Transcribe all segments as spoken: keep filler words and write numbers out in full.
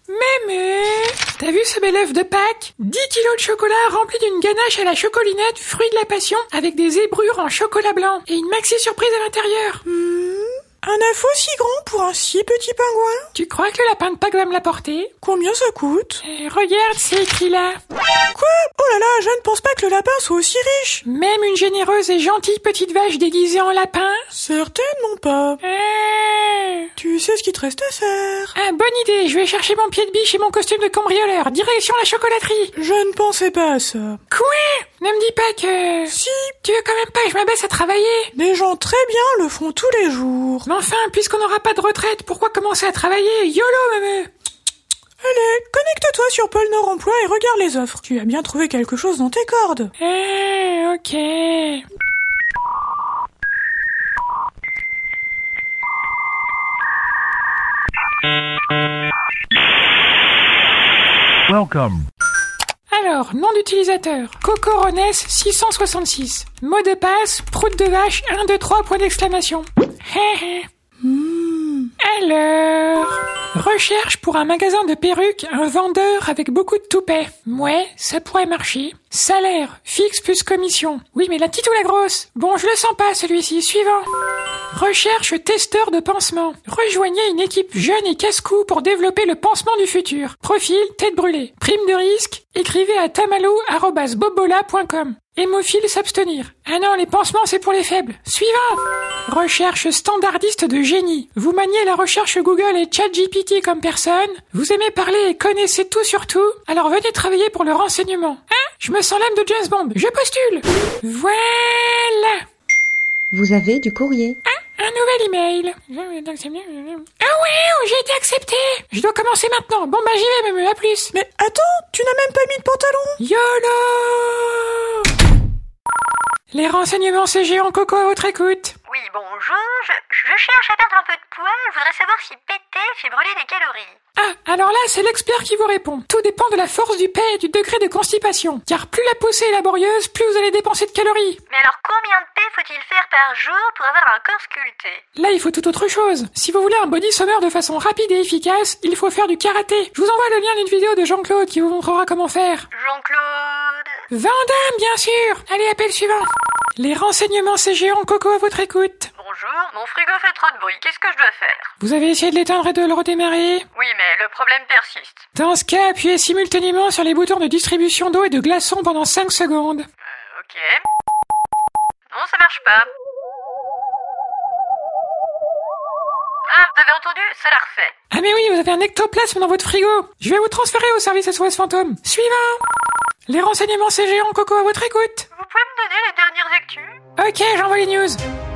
Mémé, t'as vu ce bel œuf de Pâques? dix kilos de chocolat rempli d'une ganache à la chocolinette, fruit de la passion, avec des zébrures en chocolat blanc et une maxi surprise à l'intérieur. Mmh, un œuf aussi grand pour un si petit pingouin? Tu crois que le lapin de Pâques va me l'apporter? Combien ça coûte? euh, Regarde, c'est écrit là. Quoi? Oh là là, je ne pense pas que le lapin soit aussi riche. Même une généreuse et gentille petite vache déguisée en lapin? Certainement pas. euh... Tu sais ce qu'il te reste à faire? Ah, bonne idée, je vais chercher mon pied de biche et mon costume de cambrioleur, direction la chocolaterie. Je ne pensais pas à ça. Quoi? Ne me dis pas que... Si, Tu veux quand même pas que je m'abaisse à travailler? des gens très bien le font tous les jours. Mais enfin, puisqu'on n'aura pas de retraite, pourquoi commencer à travailler? YOLO, Mémé. Allez, connecte-toi sur Pôle Nord Emploi et regarde les offres. Tu as bien trouvé quelque chose dans tes cordes. Eh, ok. Welcome. Alors, nom d'utilisateur, Cocorones six cent soixante-six. Mot de passe, prout de vache, un, deux, trois, point d'exclamation. Hé hé. Hmm. Alors... Recherche pour un magasin de perruques, un vendeur avec beaucoup de toupets. Ouais, ça pourrait marcher. Salaire, fixe plus commission. Oui, mais la petite ou la grosse? Bon, je le sens pas, celui-ci. Suivant. Recherche testeur de pansement. Rejoignez une équipe jeune et casse-cou pour développer le pansement du futur. Profil, tête brûlée. Prime de risque, écrivez à tamalou arobase bobola point com. Hémophile s'abstenir. Ah non, les pansements, c'est pour les faibles. Suivant. Recherche standardiste de génie. Vous maniez la recherche Google et ChatGPT comme personne. Vous aimez parler et connaissez tout sur tout. Alors venez travailler pour le renseignement. Hein? Je me sens l'âme de James Bond. Je postule. Voilà. Vous avez du courrier. Un nouvel email. Ah ouais, j'ai été accepté. Je dois commencer maintenant. Bon bah j'y vais, Mémé, à plus. Mais attends, tu n'as même pas mis de pantalon. YOLO. Les renseignements C G en Coco à votre écoute. Oui, bonjour, je, je cherche à perdre un peu de poids, je voudrais savoir si péter fait brûler des calories. Ah, alors là, c'est l'expert qui vous répond. Tout dépend de la force du paix et du degré de constipation. Car plus la poussée est laborieuse, plus vous allez dépenser de calories. Mais alors combien de paix faut-il faire par jour pour avoir un corps sculpté? Là, il faut tout autre chose. Si vous voulez un body summer de façon rapide et efficace, il faut faire du karaté. Je vous envoie le lien d'une vidéo de Jean-Claude qui vous montrera comment faire. Jean-Claude... Van Damme, bien sûr. Allez, appel suivant. Les renseignements C G en Coco à votre écoute. Bonjour, mon frigo fait trop de bruit, qu'est-ce que je dois faire? Vous avez essayé de l'éteindre et de le redémarrer? Oui, mais le problème persiste. Dans ce cas, appuyez simultanément sur les boutons de distribution d'eau et de glaçons pendant cinq secondes. Euh, ok. Non, ça marche pas. Ah, vous avez entendu? Ça l'a refait. Ah mais oui, vous avez un ectoplasme dans votre frigo. Je vais vous transférer au service S O S Fantôme. Suivant. Les renseignements C G en Coco à votre écoute. Vous pouvez me donner les dernières actus? Ok, j'envoie les news.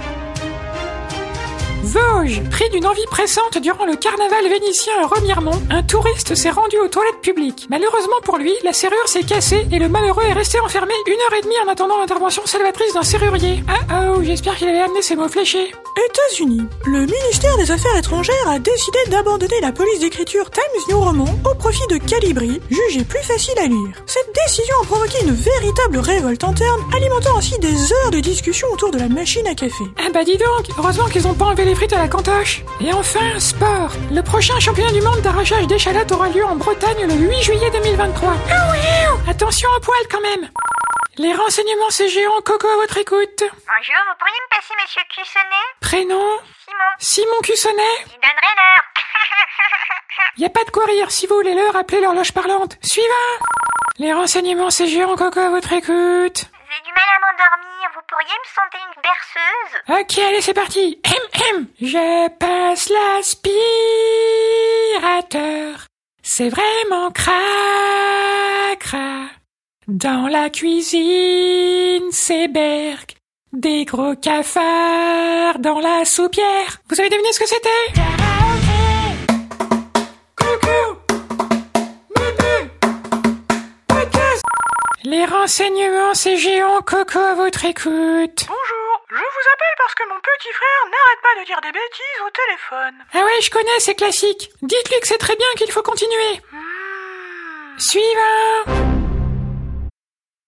Vosges, pris d'une envie pressante durant le carnaval vénitien à Remiremont, un touriste s'est rendu aux toilettes publiques. Malheureusement pour lui, la serrure s'est cassée et le malheureux est resté enfermé une heure et demie en attendant l'intervention salvatrice d'un serrurier. Ah oh, j'espère qu'il avait amené ses mots fléchés. États-Unis. Le ministère des Affaires étrangères a décidé d'abandonner la police d'écriture Times New Roman au profit de Calibri, jugée plus facile à lire. Cette décision a provoqué une véritable révolte interne, alimentant ainsi des heures de discussion autour de la machine à café. Ah bah dis donc, heureusement qu'ils ont pas enlevé les frites à la cantoche. Et enfin, sport. Le prochain championnat du monde d'arrachage d'échalotes aura lieu en Bretagne le huit juillet deux mille vingt-trois. Ah oui, attention au poil quand même. Les renseignements C G en Coco à votre écoute. Bonjour, vous pourriez me passer monsieur Cussonnet? Prénom? Simon. Simon Cussonnet. Je donnerai l'heure. Y a pas de quoi rire, si vous voulez l'heure, appelez l'horloge parlante. Suivant. Les renseignements C G en Coco à votre écoute. J'ai du mal à m'endormir, vous pourriez me sonder une berceuse? Ok, allez, c'est parti. Hum, hum. Je passe l'aspirateur. C'est vraiment cracra. Dans la cuisine, c'est Berg. Des gros cafards dans la soupière. Vous avez deviné ce que c'était? Coucou. Mémé. Podcast. Les renseignements C G en Coco à votre écoute. Bonjour, je vous appelle parce que mon petit frère n'arrête pas de dire des bêtises au téléphone. Ah ouais, je connais, c'est classique. Dites-lui que c'est très bien, qu'il faut continuer. Hmm. Suivant.